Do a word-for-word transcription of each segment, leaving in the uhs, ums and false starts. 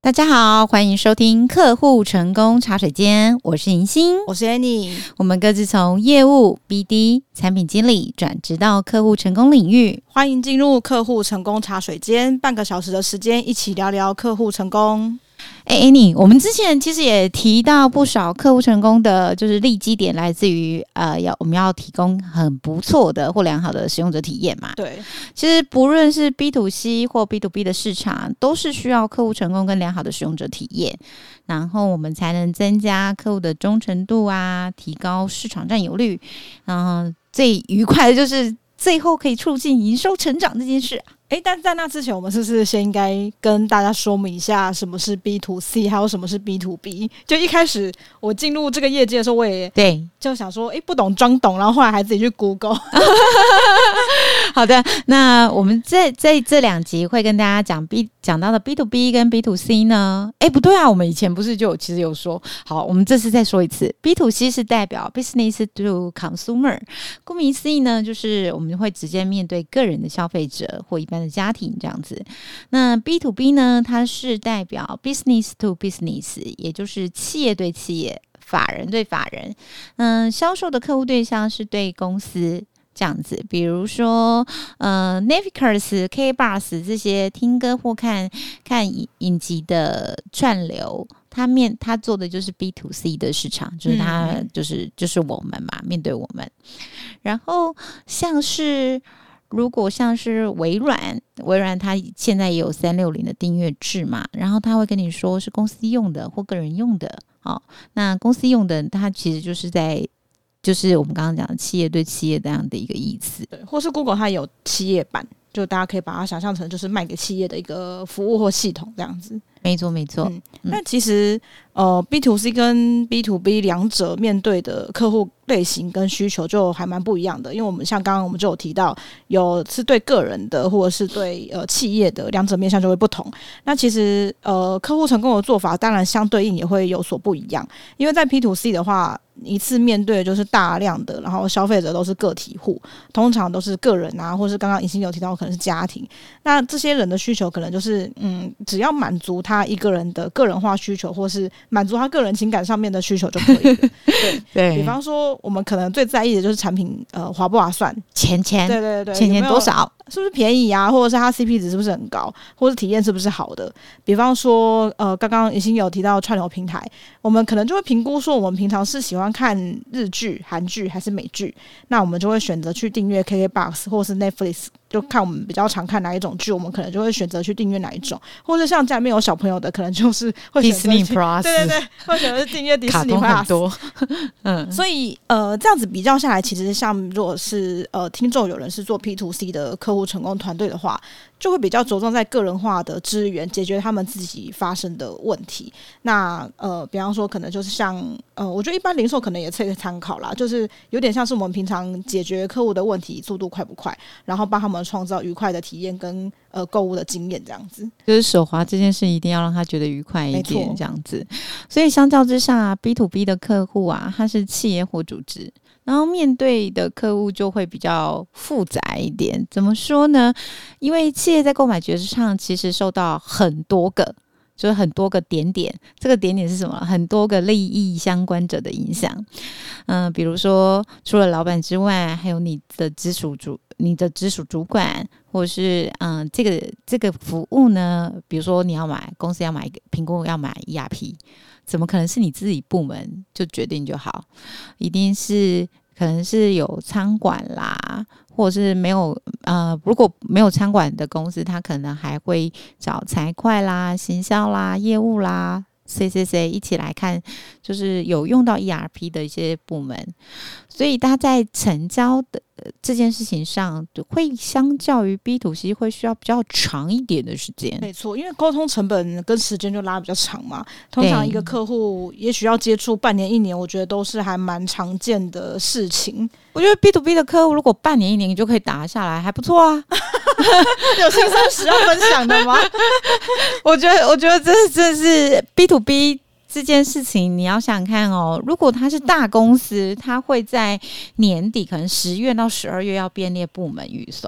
大家好，欢迎收听客户成功茶水间，我是银星， 我是 Annie， 我们各自从业务、B D、产品经理转职到客户成功领域， 欢迎进入客户成功茶水间，半个小时的时间一起聊聊客户成功。 哎 ，Annie， 我们之前其实也提到不少客户成功的，就是利基点来自于呃，要我们要提供很不错的或良好的使用者体验嘛。 对， 其实不论是 B to C 或 B to B 的市场，都是需要客户成功跟良好的使用者体验，然后我们才能增加客户的忠诚度啊，提高市场占有率。嗯、呃，最愉快的就是最后可以促进营收成长这件事啊。 哎，但是在那之前，我们是不是先应该跟大家说明一下什么是 B to C， 还有什么是 B to B？ 就一开始我进入这个业界的时候，我也对就想说，哎，不懂装懂，然后后来还自己去 Google。 好的，那我们在在这两集会跟大家讲 B 讲到的 B to B 跟 B to C 呢？哎，不对啊，我们以前不是就有其实有说，好，我们这次再说一次 ，B to C 是代表 Business to Consumer， 顾名思义呢，就是我们会直接面对个人的消费者或一般的家庭这样子。那 B to B 呢，它是代表 Business to Business， 也就是企业对企业。法人对法人，嗯，销售的客户对象是对公司这样子，比如说呃 Navicurs、K Bus 这些听歌或看看影集的串流，他面他做的就是 B to C 的市场，就是他就是就是我们嘛，面对我们。然后像是如果像是微软，微软它现在也有三六零的订阅制嘛，然后他会跟你说是公司用的或个人用的。哦，那公司用的它其实就是在就是我们刚刚讲的企业对企业这样的一个意思， 对，或是 Google 它有企业版，就大家可以把它想象成就是卖给企业的一个服务或系统这样子。 没错没错。 嗯，那其实呃 B to C 跟 B to B 两者面对的客户类型跟需求就还蛮不一样的，因为我们像刚刚我们就有提到，有是对个人的或者是对呃企业的，两者面向就会不同。那其实呃客户成功的做法当然相对应也会有所不一样，因为在 B to C 的话，一次面对的就是大量的，然后消费者都是个体户，通常都是个人啊，或是刚刚尹欣有提到可能是家庭，那这些人的需求可能就是嗯，只要满足他一个人的个人化需求，或是满足他个人情感上面的需求就可以了。对对，比方说我们可能最在意的就是产品呃划不划算， 钱钱， 对对对， 钱钱多少， 是不是便宜啊，或者是它 C P 值是不是很高，或者体验是不是好的。比方说呃，刚刚已经有提到串流平台，我们可能就会评估说我们平常是喜欢看日剧、韩剧还是美剧，那我们就会选择去订阅 K K B O X 或是 Netflix， 就看我们比较常看哪一种剧，我们可能就会选择去订阅哪一种，或者像家里面有小朋友的，可能就是会选择 Disney Plus， 对对对，会选择订阅迪士尼 Plus， 卡通很多。 嗯，所以呃这样子比较下来，其实像如果是呃听众有人是做 B to C 的客户成功团队的话，就会比较着重在个人化的资源解决他们自己发生的问题。那呃比方说可能就是像呃我觉得一般零售可能也可以参考啦，就是有点像是我们平常解决客户的问题速度快不快，然后帮他们创造愉快的体验跟呃购物的经验这样子。 就是手滑这件事一定要让他觉得愉快一点这样子。所以相较之下 B to B 的客户啊，他是企业或组织，然后面对的客户就会比较复杂一点。怎么说呢？因为企业在购买决策上其实受到很多个就是很多个点点，这个点点是什么？很多个利益相关者的影响。嗯、呃，比如说除了老板之外，还有你的直属主、你的直属主管，或者是嗯、呃，这个这个服务呢，比如说你要买公司要买评估要买 E R P， 怎么可能是你自己部门就决定就好？一定是可能是有仓管啦。或者是没有呃，如果没有仓管的公司，他可能还会找财会啦、行销啦、业务啦、C C C 一起来看，就是有用到 E R P 的一些部门，所以他在成交的这件事情上，会相较于 B to C 会需要比较长一点的时间。 没错，因为沟通成本跟时间就拉比较长嘛。通常一个客户也许要接触半年、一年，我觉得都是还蛮常见的事情。 我觉得 B to B 的客户如果半年、一年就可以打下来，还不错啊。 有新生史要分享的吗？ 我觉得，我觉得这真的是 B to B。这件事情你要想想看哦，如果他是大公司，他会在年底可能十月到十二月要编列部门预算，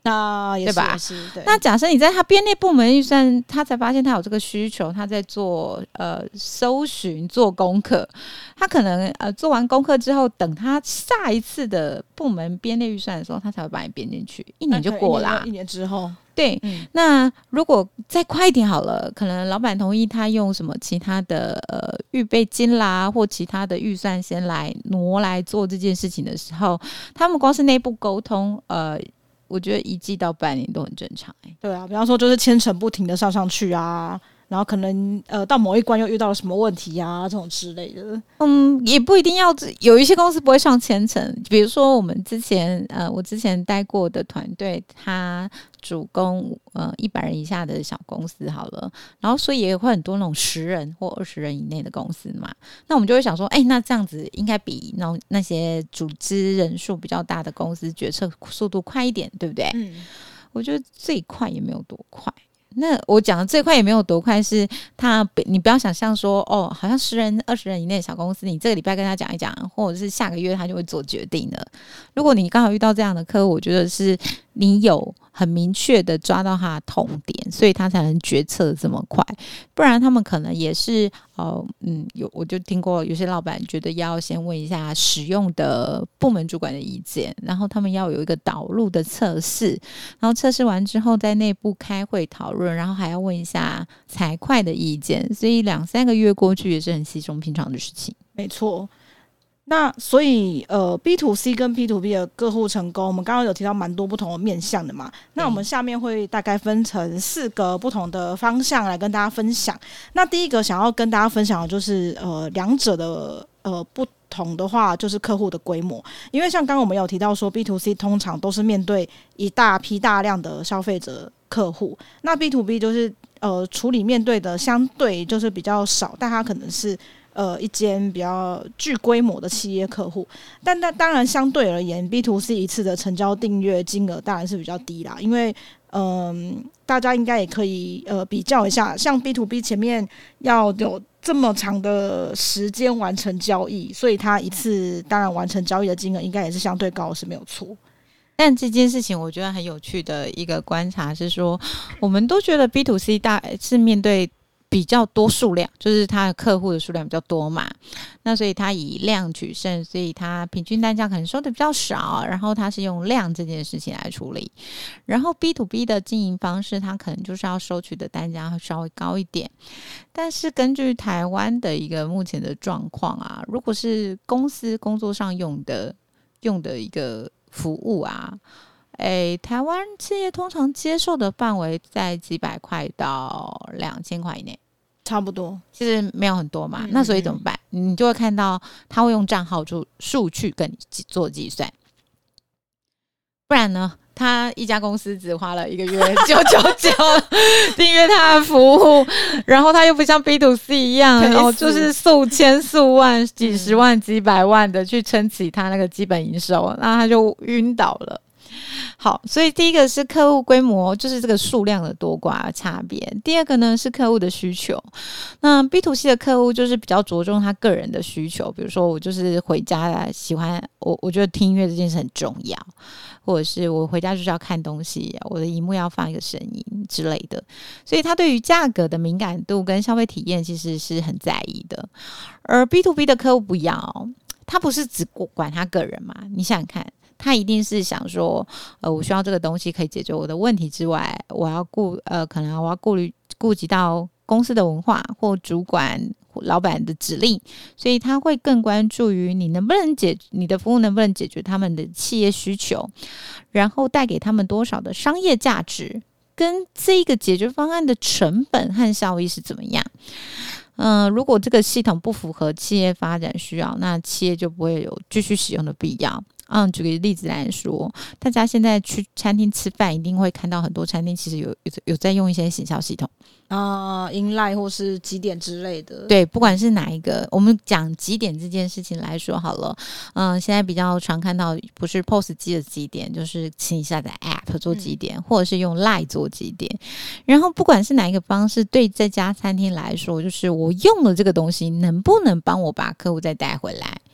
那也是对吧？ 也是对。 那假设你在他编列部门预算，他才发现他有这个需求，他在做呃搜寻做功课，他可能呃做完功课之后，等他下一次的部门编列预算的时候，他才会把你编进去，一年就过啦。 一年之后， 对、嗯，那如果再快一点好了，可能老板同意他用什么其他的呃预备金啦，或其他的预算先来挪来做这件事情的时候，他们光是内部沟通，呃，我觉得一季到半年都很正常、欸。 对啊，比方说就是千层不停的上上去啊。然后可能呃到某一关又遇到了什么问题啊，这种之类的。 嗯，也不一定要，有一些公司不会上千层，比如说我们之前呃我之前待过的团队，他主攻呃一百人以下的小公司好了，然后所以也会很多那种十人或二十人以内的公司嘛，那我们就会想说，哎、欸，那这样子应该比那种那些组织人数比较大的公司决策速度快一点，对不对？嗯，我觉得最快也没有多快。那我讲的最快也没有多快，是他你不要想象说哦，好像十人、二十人以内的小公司，你这个礼拜跟他讲一讲，或者是下个月他就会做决定了。如果你刚好遇到这样的客户，我觉得是你有很明确的抓到他的痛点，所以他才能决策这么快。不然他们可能也是哦，嗯，有我就听过有些老板觉得要先问一下使用的部门主管的意见，然后他们要有一个导入的测试，然后测试完之后在内部开会讨论，然后还要问一下财会的意见，所以两三个月过去也是很稀松平常的事情。 没错。那所以呃 B to C 跟 B to B 的客户成功，我们刚刚有提到蛮多不同的面向的嘛，那我们下面会大概分成四个不同的方向来跟大家分享。那第一个想要跟大家分享的就是呃两者的呃不同的话，就是客户的规模。因为像刚刚我们有提到说 B to C 通常都是面对一大批大量的消费者客户，那 B to B 就是呃处理面对的相对就是比较少，但它可能是呃，一间比较具规模的企业客户，但那当然相对而言 ，B to C 一次的成交订阅金额当然是比较低啦，因为嗯、呃，大家应该也可以呃比较一下，像 B to B 前面要有这么长的时间完成交易，所以它一次当然完成交易的金额应该也是相对高，是没有错。 但这件事情我觉得很有趣的一个观察是说，我们都觉得 B to C 大是面对比较多数量，就是他的客户的数量比较多嘛，那所以他以量取胜，所以他平均单价可能收的比较少，然后他是用量这件事情来处理。然后 B to B 的经营方式，他可能就是要收取的单价会稍微高一点。但是根据台湾的一个目前的状况啊，如果是公司工作上用的用的一个服务啊，诶，台湾企业通常接受的范围在几百块到两千块以内， 差不多， 其实没有很多嘛。 嗯嗯嗯那所以怎么办？你就会看到他会用账号数去跟你做计算，不然呢，他一家公司只花了一个月九九九订阅他的服务，然后他又不像 B to C 一样，然后就是数千数万、几十万、几百万的去撑起他那个基本营收，那他就晕倒了。好，所以第一个是客户规模，就是这个数量的多寡差别。第二个呢是客户的需求。那 B to C 的客户就是比较着重他个人的需求，比如说我就是回家喜欢我，我觉得听音乐这件事很重要，或者是我回家就是要看东西，我的萤幕要放一个声音之类的。所以他对于价格的敏感度跟消费体验其实是很在意的。而 B to B 的客户不一样哦，他不是只管他个人嘛，你想想看。他一定是想说，呃，我需要这个东西可以解决我的问题之外，我要顾呃，可能我要顾虑顾及到公司的文化或主管、老板的指令，所以他会更关注于你能不能解你的服务能不能解决他们的企业需求，然后带给他们多少的商业价值，跟这个解决方案的成本和效益是怎么样。嗯、呃，如果这个系统不符合企业发展需要，那企业就不会有继续使用的必要。嗯，举个例子来说，大家现在去餐厅吃饭，一定会看到很多餐厅其实有有有在用一些行销系统啊 ，Inline 或是几点之类的。 对，不管是哪一个，我们讲几点这件事情来说好了。嗯，现在比较常看到不是 P O S 机的几点，就是请你下载 App 做几点，嗯、或者是用 Line 做几点。然后不管是哪一个方式，对这家餐厅来说，就是我用了这个东西，能不能帮我把客户再带回来？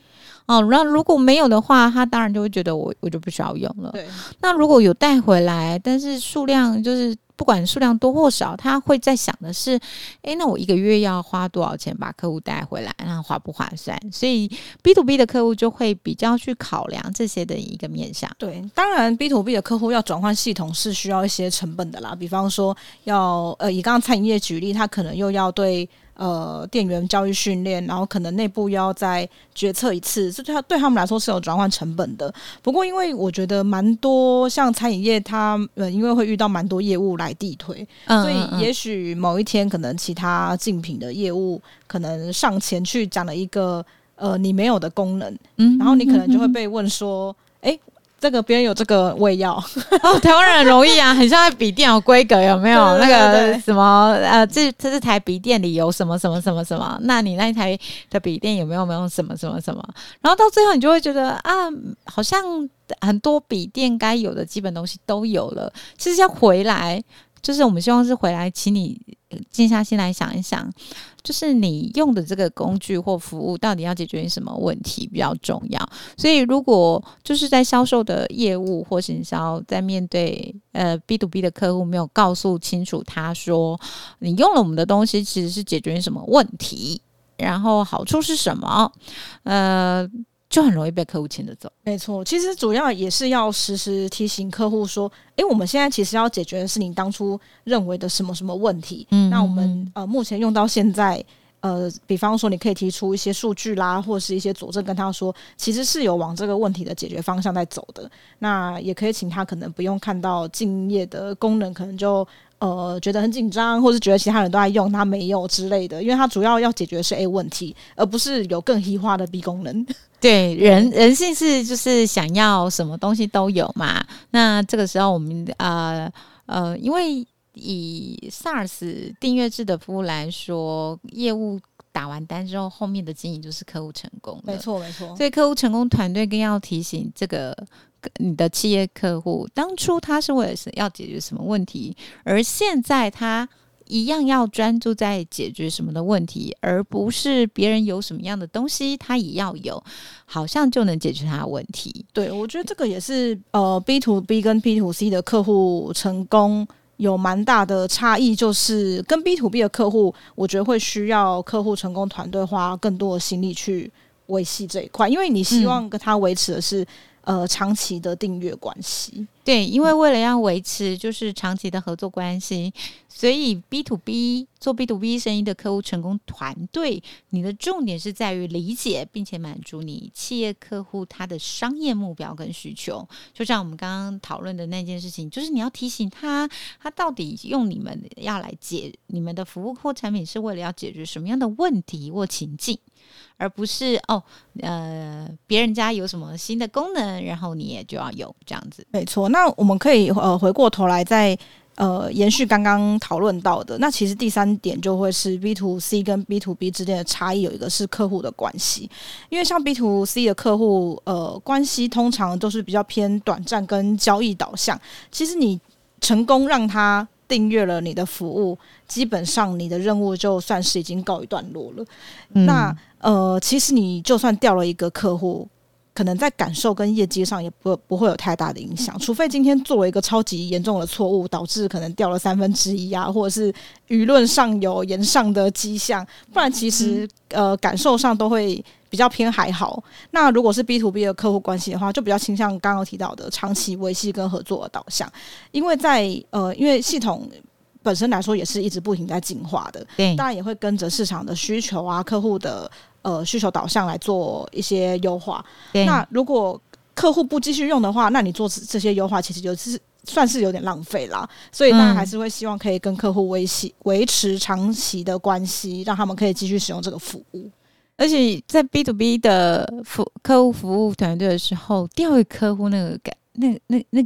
哦，那如果没有的话，他当然就会觉得我我就不需要用了。 对， 那如果有带回来，但是数量就是不管数量多或少，他会在想的是，诶，那我一个月要花多少钱把客户带回来，那划不划算？所以 B to B 的客户就会比较去考量这些的一个面向。 对，当然 B to B 的客户要转换系统是需要一些成本的啦，比方说要呃以刚刚餐饮业举例，他可能又要对呃店员教育训练，然后可能内部又要再决策一次，这对他对他们来说是有转换成本的。不过因为我觉得蛮多像餐饮业它呃因为会遇到蛮多业务来地推， 嗯嗯嗯， 所以也许某一天可能其他竞品的业务可能上前去讲了一个呃你没有的功能， 嗯， 然后你可能就会被问说，哎、这个别人有这个我也要。 哦，台湾人很容易啊，很像在笔电有规格有没有？ 对对对那对个什么呃，这这这台笔电里有什么什么什么什么？那你那一台的笔电有没有没有什么什么什么？然后到最后你就会觉得啊，好像很多笔电该有的基本东西都有了。其实要回来，就是我们希望是回来，请你静下心来想一想，就是你用的这个工具或服务到底要解决你什么问题比较重要。所以如果就是在销售的业务或行销，在面对呃 B to B 的客户没有告诉清楚他说你用了我们的东西其实是解决你什么问题，然后好处是什么，呃就很容易被客户牵着走。 没错，其实主要也是要时时提醒客户说，诶，我们现在其实要解决的是你当初认为的什么什么问题。嗯，那我们呃目前用到现在，呃，比方说你可以提出一些数据啦，或是一些佐证，跟他说，其实是有往这个问题的解决方向在走的。那也可以请他可能不用看到竞业的功能，可能就呃觉得很紧张，或是觉得其他人都在用，他没有之类的，因为他主要要解决的是 A 问题，而不是有更细化的 B 功能。 对，人人性是就是想要什么东西都有嘛。那这个时候我们呃呃，因为以 SaaS 订阅制的服务来说，业务打完单之后，后面的经营就是客户成功的。 没错，没错。 所以客户成功团队更要提醒这个你的企业客户，当初他是为了要解决什么问题，而现在他一样要专注在解决什么的问题，而不是别人有什么样的东西他也要有，好像就能解决他的问题。 对，我觉得这个也是呃 B to B 跟 B to C 的客户成功有蛮大的差异，就是跟 B to B 的客户，我觉得会需要客户成功团队花更多的心力去维系这一块，因为你希望跟他维持的是、嗯、呃长期的订阅关系。 对，因为为了要维持就是长期的合作关系，所以 B to B 做 B to B 生意的客户成功团队，你的重点是在于理解并且满足你企业客户他的商业目标跟需求。就像我们刚刚讨论的那件事情，就是你要提醒他，他到底用你们要来解你们的服务或产品是为了要解决什么样的问题或情境，而不是哦，呃，别人家有什么新的功能，然后你也就要有这样子。 没错，那我们可以呃回过头来再呃延续刚刚讨论到的，那其实第三点就会是 B to C 跟 B to B 之间的差异，有一个是客户的关系，因为像 B to C 的客户呃关系通常都是比较偏短暂跟交易导向，其实你成功让他订阅了你的服务，基本上你的任务就算是已经告一段落了。嗯、那呃，其实你就算掉了一个客户，可能在感受跟业绩上也不不会有太大的影响，除非今天做了一个超级严重的错误，导致可能掉了三分之一啊，或者是舆论上有延上的迹象，不然其实呃感受上都会比较偏还好。那如果是 B to B 的客户关系的话，就比较倾向刚刚提到的长期维系跟合作的导向，因为在呃因为系统本身来说也是一直不停在进化的， 对， 当然也会跟着市场的需求啊、客户的呃需求导向来做一些优化。那如果客户不继续用的话，那你做这些优化其实就是算是有点浪费啦。所以当然还是会希望可以跟客户维系维持长期的关系，让他们可以继续使用这个服务。 而且在 B to B 的服客户服务团队的时候，调一客户那个感，那那那个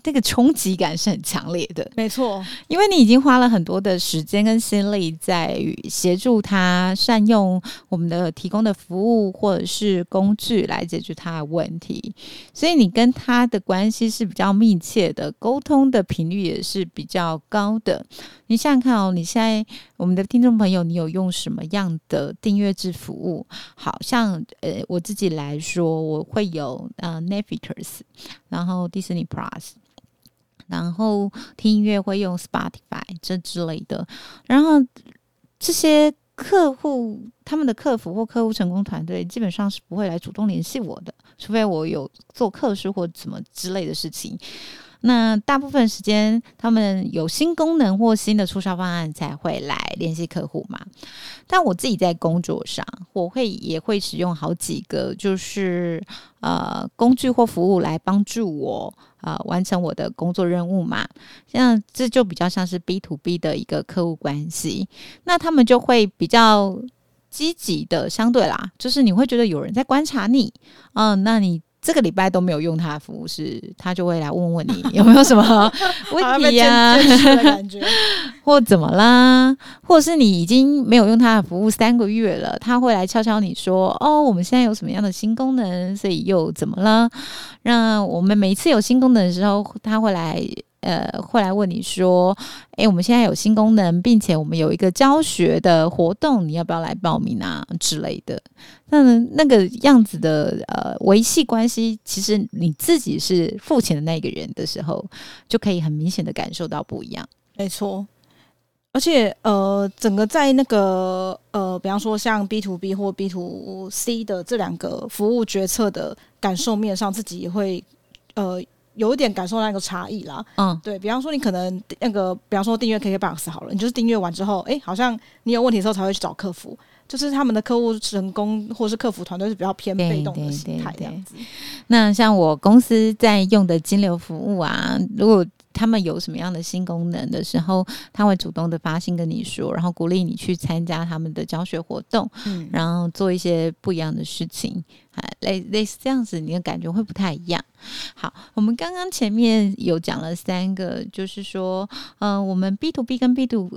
那个冲击感是很强烈的。 没错， 因为你已经花了很多的时间跟心力在于协助他善用我们的提供的服务或者是工具来解决他的问题，所以你跟他的关系是比较密切的，沟通的频率也是比较高的。你想想看哦，你现在我们的听众朋友，你有用什么样的订阅制服务？好像呃我自己来说，我会有呃 Netflix， 然后 Disney Plus，然后听音乐会用 Spotify 这之类的，然后这些客户他们的客服或客户成功团队基本上是不会来主动联系我的，除非我有做客诉或什么之类的事情。那大部分时间他们有新功能或新的促销方案才会来联系客户嘛。但我自己在工作上，我会也会使用好几个就是呃工具或服务来帮助我呃完成我的工作任务嘛。像这就比较像是 B to B 的一个客户关系，那他们就会比较积极的，相对啦，就是你会觉得有人在观察你，嗯、呃，那你这个礼拜都没有用他的服务时，他就会来问问你有没有什么问题呀、啊，或怎么啦，或者是你已经没有用他的服务三个月了，他会来敲敲你说，哦，我们现在有什么样的新功能，所以又怎么了？那我们每一次有新功能的时候，他会来。呃，会来问你说，哎，我们现在有新功能，并且我们有一个教学的活动，你要不要来报名啊之类的？那那个样子的呃维系关系，其实你自己是付钱的那个人的时候，就可以很明显的感受到不一样。 没错，而且呃，整个在那个呃，比方说像 B to B 或 B to C 的这两个服务决策的感受面上，自己也会呃。有一点感受到那个差异啦，嗯，对，比方说你可能那个，比方说订阅 K K B O X 好了，你就是订阅完之后，哎，好像你有问题的时候才会去找客服，就是他们的客户成功或是客服团队是比较偏被动的心态这样子。 那像我公司在用的金流服务啊，如果他们有什么样的新功能的时候，他会主动的发信跟你说，然后鼓励你去参加他们的教学活动，嗯，然后做一些不一样的事情，类类似这样子，你的感觉会不太一样。好，我们刚刚前面有讲了三个，就是说，呃，我们 B to B 跟 B to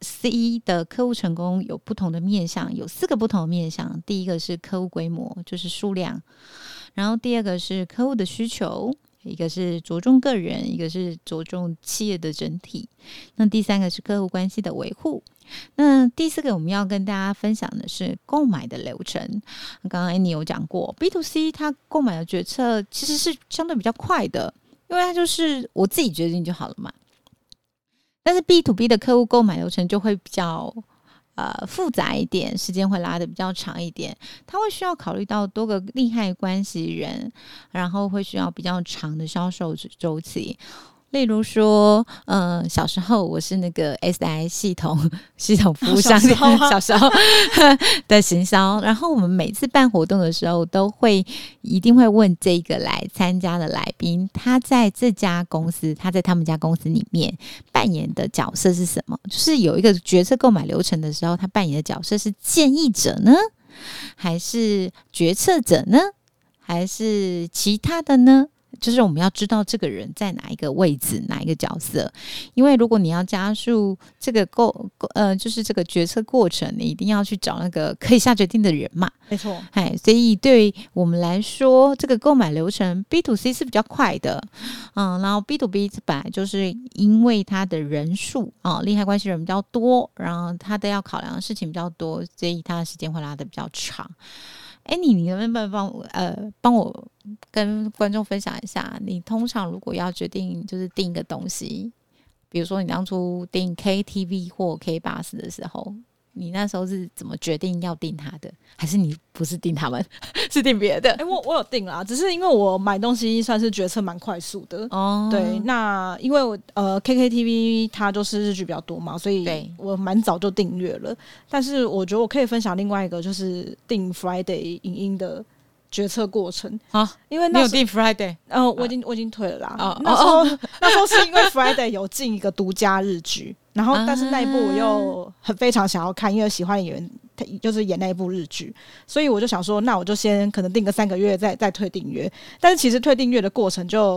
C 的客户成功有不同的面向，有四个不同的面向。第一个是客户规模，就是数量，然后第二个是客户的需求。一个是着重个人，一个是着重企业的整体，那第三个是客户关系的维护，那第四个我们要跟大家分享的是购买的流程。刚刚 Annie 有讲过 B to C 它购买的决策其实是相对比较快的，因为它就是我自己决定就好了嘛。但是 B to B 的客户购买流程就会比较呃，复杂一点，时间会拉得比较长一点，他会需要考虑到多个利害关系人，然后会需要比较长的销售周期。例如说，嗯、呃，小时候我是那个 S I 系统系统服务商店，小时候的行销，然后我们每次办活动的时候，都会一定会问这个来参加的来宾，他在这家公司，他在他们家公司里面扮演的角色是什么？就是有一个决策购买流程的时候，他扮演的角色是建议者呢，还是决策者呢，还是其他的呢？就是我们要知道这个人在哪一个位置，哪一个角色，因为如果你要加速这个购呃，就是这个决策过程，你一定要去找那个可以下决定的人嘛。 没错， 哎，所以对我们来说，这个购买流程 B to C 是比较快的，嗯，然后 B to B 本来就是因为它的人数啊，利害关系人比较多，然后它的要考量的事情比较多，所以它的时间会拉得比较长。哎，你你能不能帮我呃帮我跟观众分享一下，你通常如果要决定就是订一个东西，比如说你当初订 K T V 或 K 八十的时候，你那时候是怎么决定要订它的？还是你不是订他们，是订别的？ 哎、欸，我我有订啦，只是因为我买东西算是决策蛮快速的哦。对，那因为我呃 K K T V 它就是日剧比较多嘛，所以我蛮早就订阅了。但是我觉得我可以分享另外一个，就是订 Friday 影音的决策过程啊，因为那你有订 Friday， 呃，我已经、啊、我已经退了啦。哦、那时候、哦、那时候是因为 Friday 有进一个独家日剧，然后但是那一部我又很非常想要看，因为喜欢演员就是演那一部日剧，所以我就想说，那我就先可能订个三个月再再退订阅。但是其实退订阅的过程就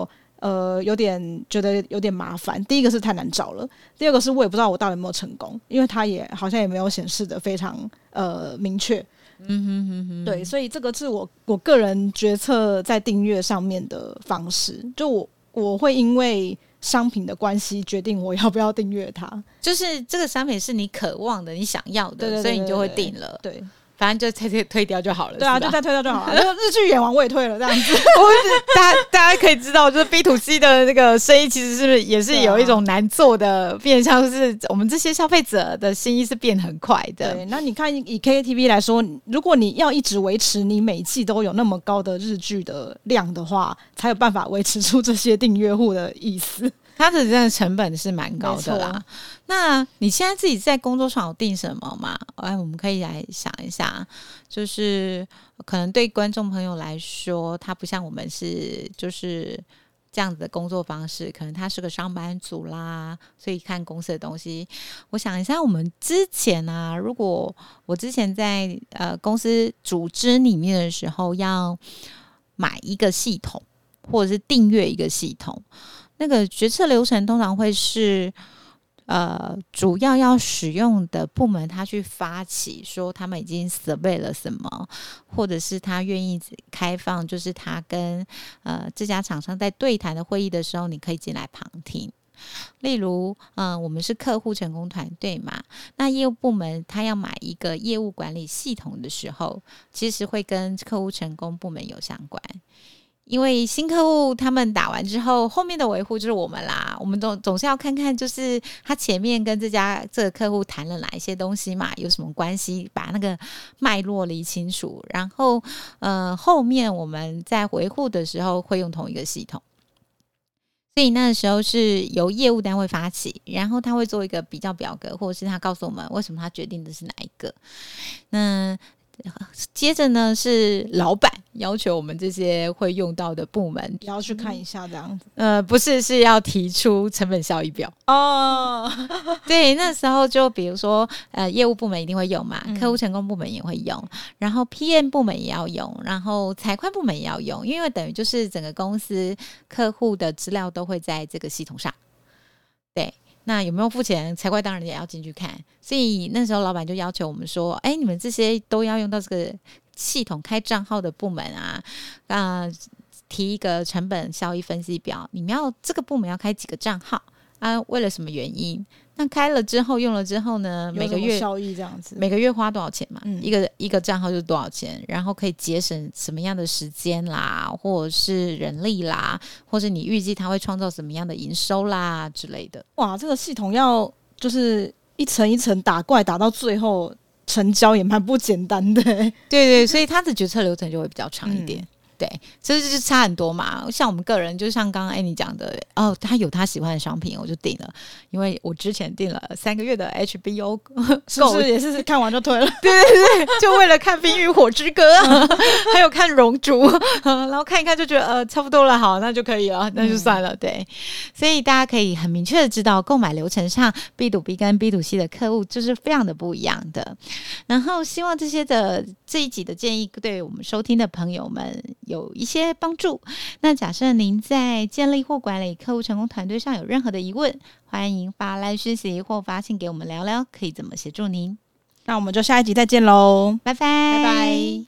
呃有点觉得有点麻烦。第一个是太难找了，第二个是我也不知道我到底有没有成功，因为它也好像也没有显示的非常呃明确。嗯哼哼哼，对，所以这个是我我个人决策在订阅上面的方式，就我我会因为商品的关系决定我要不要订阅它， 就是这个商品是你渴望的、你想要的，对对对对对，所以你就会订了。 对。 反正就再退掉就好了。 对啊，就再退掉就好了。日剧演完我也退了，这样子。 我大家大家可以知道，就是 B to C 的那个生意其实是也是有一种难做的，变相是我们这些消费者的心意是变很快的。 对，那你看以 K T V 来说，如果你要一直维持你每季都有那么高的日剧的量的话，才有办法维持出这些订阅户的意思。 它的真的成本是蛮高的啦。那你现在自己在工作上有定什么吗？哎，我们可以来想一下，就是可能对观众朋友来说，他不像我们是就是这样子的工作方式，可能他是个上班族啦，所以看公司的东西。我想一下，我们之前啊，如果我之前在呃公司组织里面的时候，要买一个系统或者是订阅一个系统。那个决策流程通常会是，呃，主要要使用的部门他去发起，说他们已经 survey 了什么，或者是他愿意开放，就是他跟呃这家厂商在对谈的会议的时候，你可以进来旁听。例如，嗯、呃，我们是客户成功团队嘛，那业务部门他要买一个业务管理系统的时候，其实会跟客户成功部门有相关。因为新客户他们打完之后，后面的维护就是我们啦，我们总总是要看看，就是他前面跟这家这个客户谈了哪一些东西嘛，有什么关系，把那个脉络理清楚，然后呃后面我们在维护的时候会用同一个系统，所以那时候是由业务单位发起，然后他会做一个比较表格，或者是他告诉我们为什么他决定的是哪一个。那接着呢是老板要求我们这些会用到的部门也要去看一下这样子。 呃，不是，是要提出成本效益表哦。对，那时候就比如说呃，业务部门一定会用嘛，客户成功部门也会用，然后 P M 部门也要用，然后财会部门也要用，因为等于就是整个公司客户的资料都会在这个系统上。对。那有没有付钱？财会当然也要进去看，所以那时候老板就要求我们说：“哎，你们这些都要用到这个系统开账号的部门啊，啊、呃，提一个成本效益分析表，你们要这个部门要开几个账号啊？为了什么原因？那开了之后用了之后呢？每个月效益这样子， 每个月花多少钱嘛？嗯、一个一个账号就是多少钱，然后可以节省什么样的时间啦，或者是人力啦，或者你预计它会创造什么样的营收啦之类的。 哇，这个系统要就是一层一层打怪，打到最后成交也蛮不简单的。对对，所以它的决策流程就会比较长一点。嗯对，其实就是差很多嘛。像我们个人，就像刚刚 Annie 讲的，哦，他有他喜欢的商品，我就订了。因为我之前订了三个月的 H B O， 是不是也是看完就退了？ 对对对，就为了看《冰与火之歌》还有看《熔烛》然后看一看就觉得呃差不多了，好，那就可以了，那就算了。对，所以大家可以很明确的知道，购买流程上 B to B 跟 B to C 的客户就是非常的不一样的。然后希望这些的这一集的建议对我们收听的朋友们有一些帮助。那假设您在建立或管理客户成功团队上有任何的疑问，欢迎发来讯息或发信给我们聊聊，可以怎么协助您。 那我们就下一集再见喽， 拜拜， 拜拜。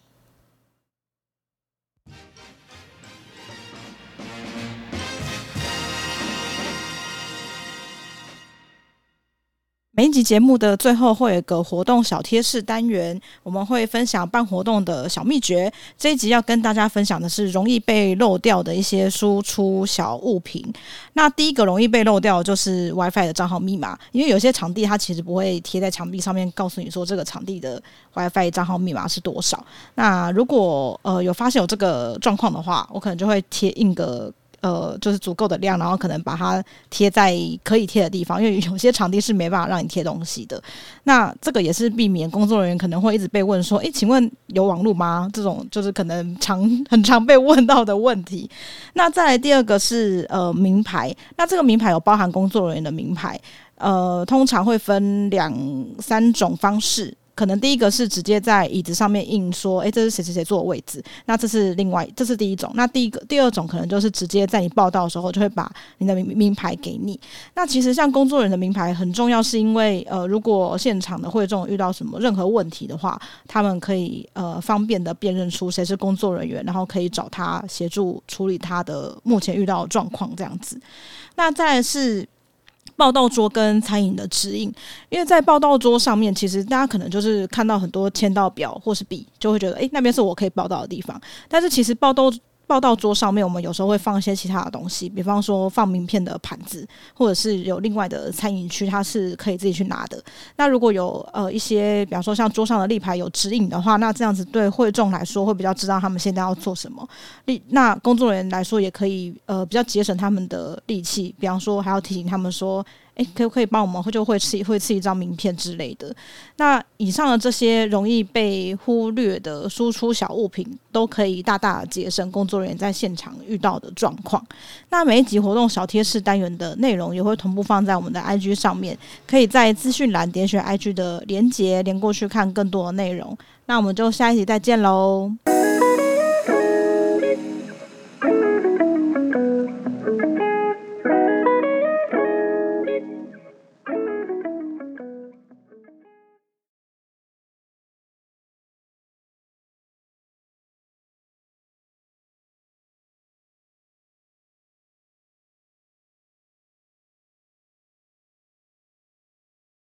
每一集节目的最后会有一个活动小贴士单元，我们会分享办活动的小秘诀。这一集要跟大家分享的是容易被漏掉的一些输出小物品。那第一个容易被漏掉的就是 WiFi 的账号密码，因为有些场地它其实不会贴在墙壁上面告诉你说这个场地的 WiFi 账号密码是多少。那如果呃有发现有这个状况的话，我可能就会贴印个呃，就是足够的量，然后可能把它贴在可以贴的地方，因为有些场地是没办法让你贴东西的。那这个也是避免工作人员可能会一直被问说，诶，请问有网路吗？这种就是可能常很常被问到的问题。那再来第二个是呃名牌，那这个名牌有包含工作人员的名牌，呃，通常会分两三种方式。 可能第一个是直接在椅子上面印说，哎，这是谁谁谁坐的位置，那这是另外，这是第一种。那第一个第二种可能就是直接在你报到的时候就会把你的名名牌给你。那其实像工作人员的名牌很重要，是因为呃，如果现场的会众遇到什么任何问题的话，他们可以呃方便的辨认出谁是工作人员，然后可以找他协助处理他的目前遇到的状况这样子。那再来是报到桌跟餐饮的指引，因为在报到桌上面，其实大家可能就是看到很多签到表或是笔，就会觉得，哎，那边是我可以报到的地方。但是其实报到报到桌上面，我们有时候会放一些其他的东西，比方说放名片的盘子，或者是有另外的餐饮区，它是可以自己去拿的。那如果有呃一些，比方说像桌上的立牌有指引的话，那这样子对会众来说会比较知道他们现在要做什么。那工作人员来说也可以呃比较节省他们的力气，比方说还要提醒他们说，哎，可不可以帮我们就会吃会吃一张名片之类的。那以上的这些容易被忽略的输出小物品，都可以大大的节省工作人员在现场遇到的状况。那每一集活动小贴士单元的内容也会同步放在我们的 I G 上面，可以在资讯栏点选 I G 的连结连过去看更多的内容。那我们就下一集再见喽。